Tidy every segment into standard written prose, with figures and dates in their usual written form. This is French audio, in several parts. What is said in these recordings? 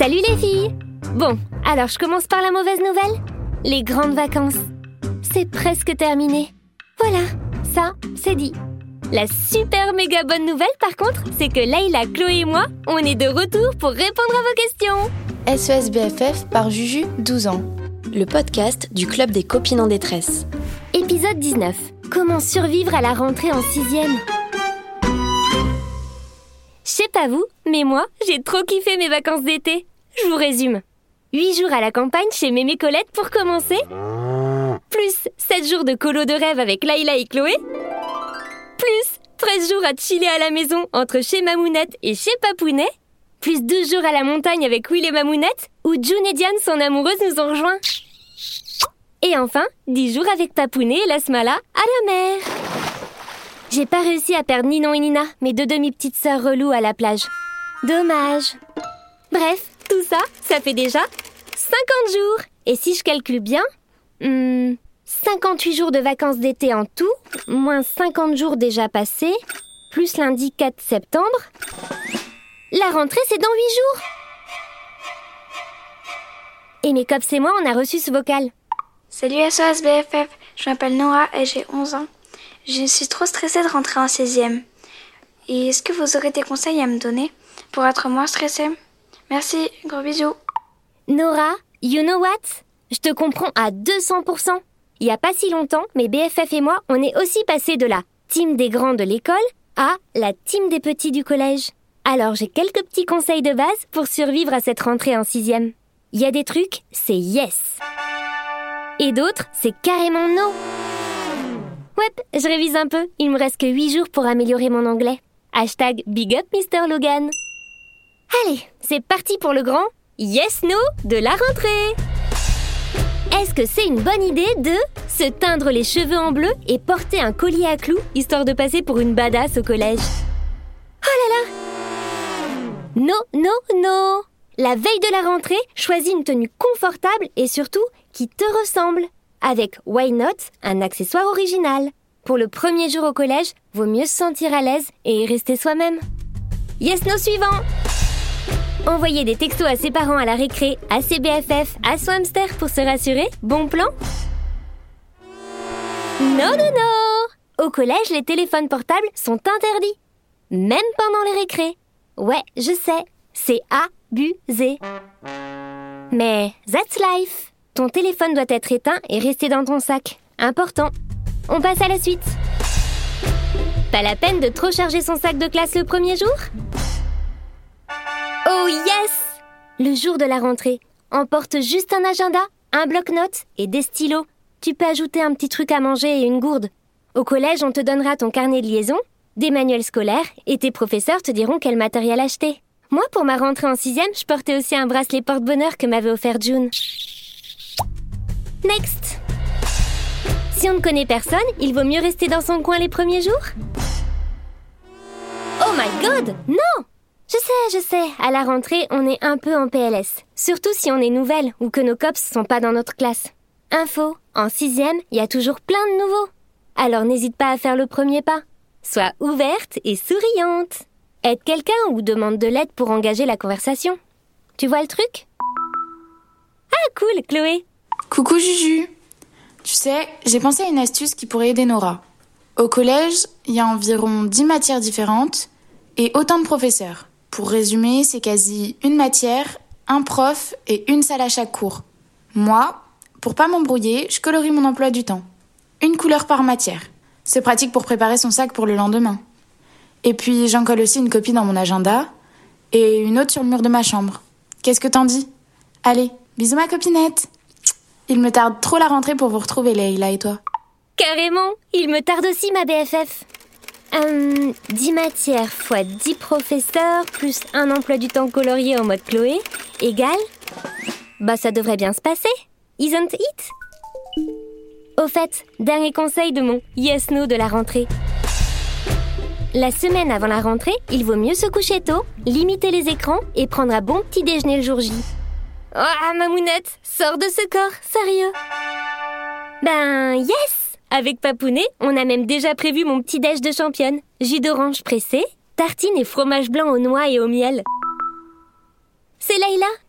Salut les filles! Bon, alors je commence par la mauvaise nouvelle. Les grandes vacances. C'est presque terminé. Voilà, ça, c'est dit. La super méga bonne nouvelle par contre, c'est que Layla, Chloé et moi, on est de retour pour répondre à vos questions. SES BFF par Juju, 12 ans. Le podcast du Club des copines en détresse. Épisode 19. Comment survivre à la rentrée en 6e? Je sais pas vous, mais moi, j'ai trop kiffé mes vacances d'été. Je vous résume. 8 jours à la campagne chez Mémé Colette pour commencer. Plus 7 jours de colo de rêve avec Layla et Chloé. Plus 13 jours à chiller à la maison entre chez Mamounette et chez Papounet. Plus 2 jours à la montagne avec Will et Mamounette, où June et Diane, son amoureuse, nous ont rejoints. Et enfin, 10 jours avec Papounet et Lasmala à la mer. J'ai pas réussi à perdre Ninon et Nina, mes deux demi-petites sœurs reloues à la plage. Dommage. Bref, tout ça, ça fait déjà 50 jours. Et si je calcule bien, 58 jours de vacances d'été en tout, moins 50 jours déjà passés, plus lundi 4 septembre. La rentrée, c'est dans 8 jours. Et mes cops et moi, on a reçu ce vocal. Salut SOS BFF, je m'appelle Nora et j'ai 11 ans. Je suis trop stressée de rentrer en 6e. Et est-ce que vous aurez des conseils à me donner pour être moins stressée? Merci, gros bisous. Nora, you know what? Je te comprends à 200%. Il y a pas si longtemps, mes BFF et moi, on est aussi passés de la team des grands de l'école à la team des petits du collège. Alors j'ai quelques petits conseils de base pour survivre à cette rentrée en 6e. Il y a des trucs, c'est yes. Et d'autres, c'est carrément no. Ouais, je révise un peu. Il me reste que 8 jours pour améliorer mon anglais. Hashtag Big Up Mr. Logan. Allez, c'est parti pour le grand yes-no de la rentrée. Est-ce que c'est une bonne idée de se teindre les cheveux en bleu et porter un collier à clous, histoire de passer pour une badass au collège? Oh là là! Non. La veille de la rentrée, choisis une tenue confortable et surtout qui te ressemble. Avec Why Not, un accessoire original. Pour le premier jour au collège, vaut mieux se sentir à l'aise et rester soi-même. Yes-no suivant! Envoyer des textos à ses parents à la récré, à ses BFF, à son hamster pour se rassurer. Bon plan? Non! Au collège, les téléphones portables sont interdits. Même pendant les récrés. Ouais, je sais, c'est abusé. Mais that's life. Ton téléphone doit être éteint et rester dans ton sac. Important. On passe à la suite. Pas la peine de trop charger son sac de classe le premier jour? Oh yes! Le jour de la rentrée, emporte juste un agenda, un bloc-notes et des stylos. Tu peux ajouter un petit truc à manger et une gourde. Au collège, on te donnera ton carnet de liaison, des manuels scolaires et tes professeurs te diront quel matériel acheter. Moi, pour ma rentrée en 6e, je portais aussi un bracelet porte-bonheur que m'avait offert June. Next! Si on ne connaît personne, il vaut mieux rester dans son coin les premiers jours? Oh my god! Non! Je sais, à la rentrée, on est un peu en PLS. Surtout si on est nouvelle ou que nos cops sont pas dans notre classe. Info, en 6e, il y a toujours plein de nouveaux. Alors n'hésite pas à faire le premier pas. Sois ouverte et souriante. Aide quelqu'un ou demande de l'aide pour engager la conversation. Tu vois le truc? Ah cool, Chloé! Coucou Juju. Tu sais, j'ai pensé à une astuce qui pourrait aider Nora. Au collège, il y a environ 10 matières différentes et autant de professeurs. Pour résumer, c'est quasi une matière, un prof et une salle à chaque cours. Moi, pour pas m'embrouiller, je colorie mon emploi du temps. Une couleur par matière. C'est pratique pour préparer son sac pour le lendemain. Et puis, j'en colle aussi une copie dans mon agenda et une autre sur le mur de ma chambre. Qu'est-ce que t'en dis? Allez, bisous ma copinette! Il me tarde trop la rentrée pour vous retrouver, Layla et toi. Carrément, il me tarde aussi ma BFF. 10 matières fois 10 professeurs plus un emploi du temps colorié en mode Chloé égale... Bah ça devrait bien se passer, isn't it? Au fait, dernier conseil de mon yes-no de la rentrée. La semaine avant la rentrée, il vaut mieux se coucher tôt, limiter les écrans et prendre un bon petit déjeuner le jour J. Oh, Mamounette, sors de ce corps, sérieux. Ben, yes! Avec Papounet, on a même déjà prévu mon petit déj de championne. Jus d'orange pressé, tartines et fromage blanc aux noix et au miel. C'est Layla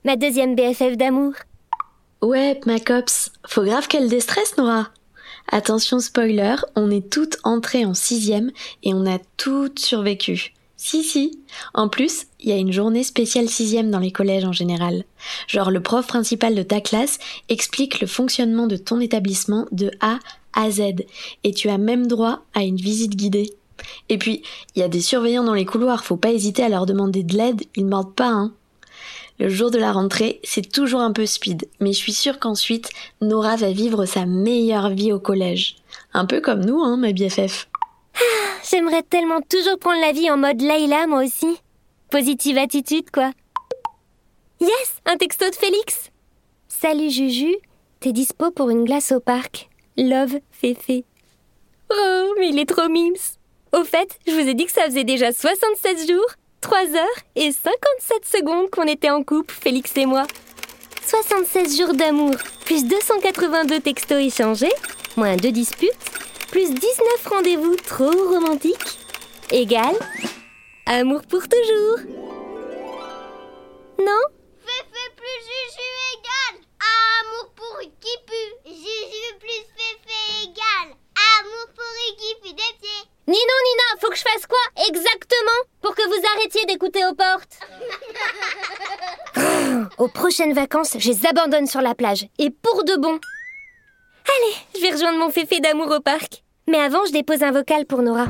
ma deuxième BFF d'amour. Ouais, ma copse, faut grave qu'elle déstresse, Nora. Attention spoiler, on est toutes entrées en 6e et on a toutes survécu. Si. En plus, il y a une journée spéciale 6e dans les collèges en général. Genre le prof principal de ta classe explique le fonctionnement de ton établissement de A à Z. Et tu as même droit à une visite guidée. Et puis, il y a des surveillants dans les couloirs, faut pas hésiter à leur demander de l'aide, ils ne mordent pas, hein. Le jour de la rentrée, c'est toujours un peu speed, mais je suis sûre qu'ensuite, Nora va vivre sa meilleure vie au collège. Un peu comme nous, hein, ma BFF. J'aimerais tellement toujours prendre la vie en mode Layla, moi aussi. Positive attitude, quoi. Yes, un texto de Félix. Salut Juju, t'es dispo pour une glace au parc. Love, Féfé. Oh, mais il est trop mimes. Au fait, je vous ai dit que ça faisait déjà 67 jours, 3 heures et 57 secondes qu'on était en couple, Félix et moi. 76 jours d'amour, plus 282 textos échangés, moins 2 disputes, plus 19 rendez-vous trop romantiques, égale amour pour toujours. Non ? Féfé plus Juju égale amour pour qui pue. Juju plus Féfé égale amour pour qui pue des pieds. Nina, faut que je fasse quoi exactement pour que vous arrêtiez d'écouter aux portes? Aux prochaines vacances, je les abandonne sur la plage. Et pour de bon. Allez, je vais rejoindre mon Féfé d'amour au parc. Mais avant, je dépose un vocal pour Nora.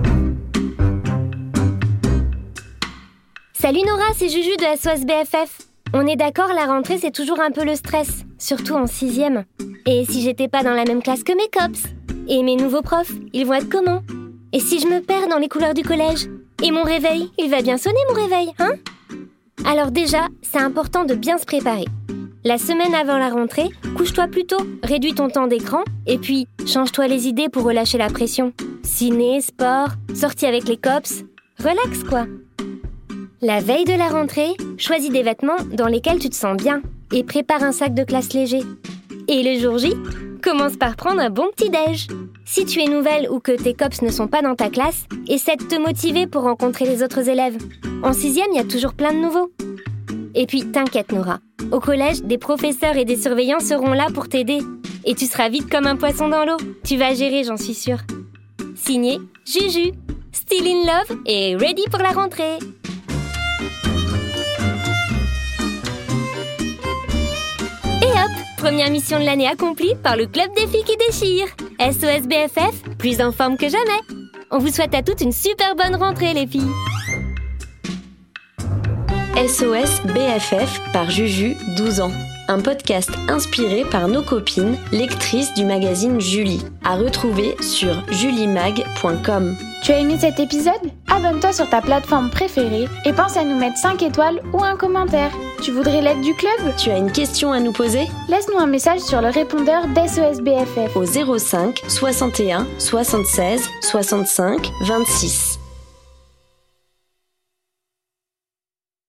Salut Nora, c'est Juju de SOS BFF. On est d'accord, la rentrée, c'est toujours un peu le stress. Surtout en 6e. Et si j'étais pas dans la même classe que mes cops? Et mes nouveaux profs, ils vont être comment? Et si je me perds dans les couleurs du collège? Et mon réveil, il va bien sonner mon réveil, hein? Alors déjà, c'est important de bien se préparer. La semaine avant la rentrée, couche-toi plus tôt, réduis ton temps d'écran, et puis change-toi les idées pour relâcher la pression. Ciné, sport, sortie avec les cops, relax quoi. La veille de la rentrée, choisis des vêtements dans lesquels tu te sens bien, et prépare un sac de classe léger. Et le jour J, commence par prendre un bon petit-déj. Si tu es nouvelle ou que tes cops ne sont pas dans ta classe, essaie de te motiver pour rencontrer les autres élèves. En 6e, il y a toujours plein de nouveaux. Et puis, t'inquiète Nora, au collège, des professeurs et des surveillants seront là pour t'aider. Et tu seras vite comme un poisson dans l'eau. Tu vas gérer, j'en suis sûre. Signé Juju, Still in Love et ready pour la rentrée. Et hop, première mission de l'année accomplie par le club des filles qui déchirent. SOS BFF, plus en forme que jamais. On vous souhaite à toutes une super bonne rentrée les filles. SOS BFF par Juju, 12 ans. Un podcast inspiré par nos copines, lectrices du magazine Julie. À retrouver sur julimag.com. Tu as aimé cet épisode ? Abonne-toi sur ta plateforme préférée et pense à nous mettre 5 étoiles ou un commentaire. Tu voudrais l'aide du club ? Tu as une question à nous poser ? Laisse-nous un message sur le répondeur d'SOS BFF au 05 61 76 65 26.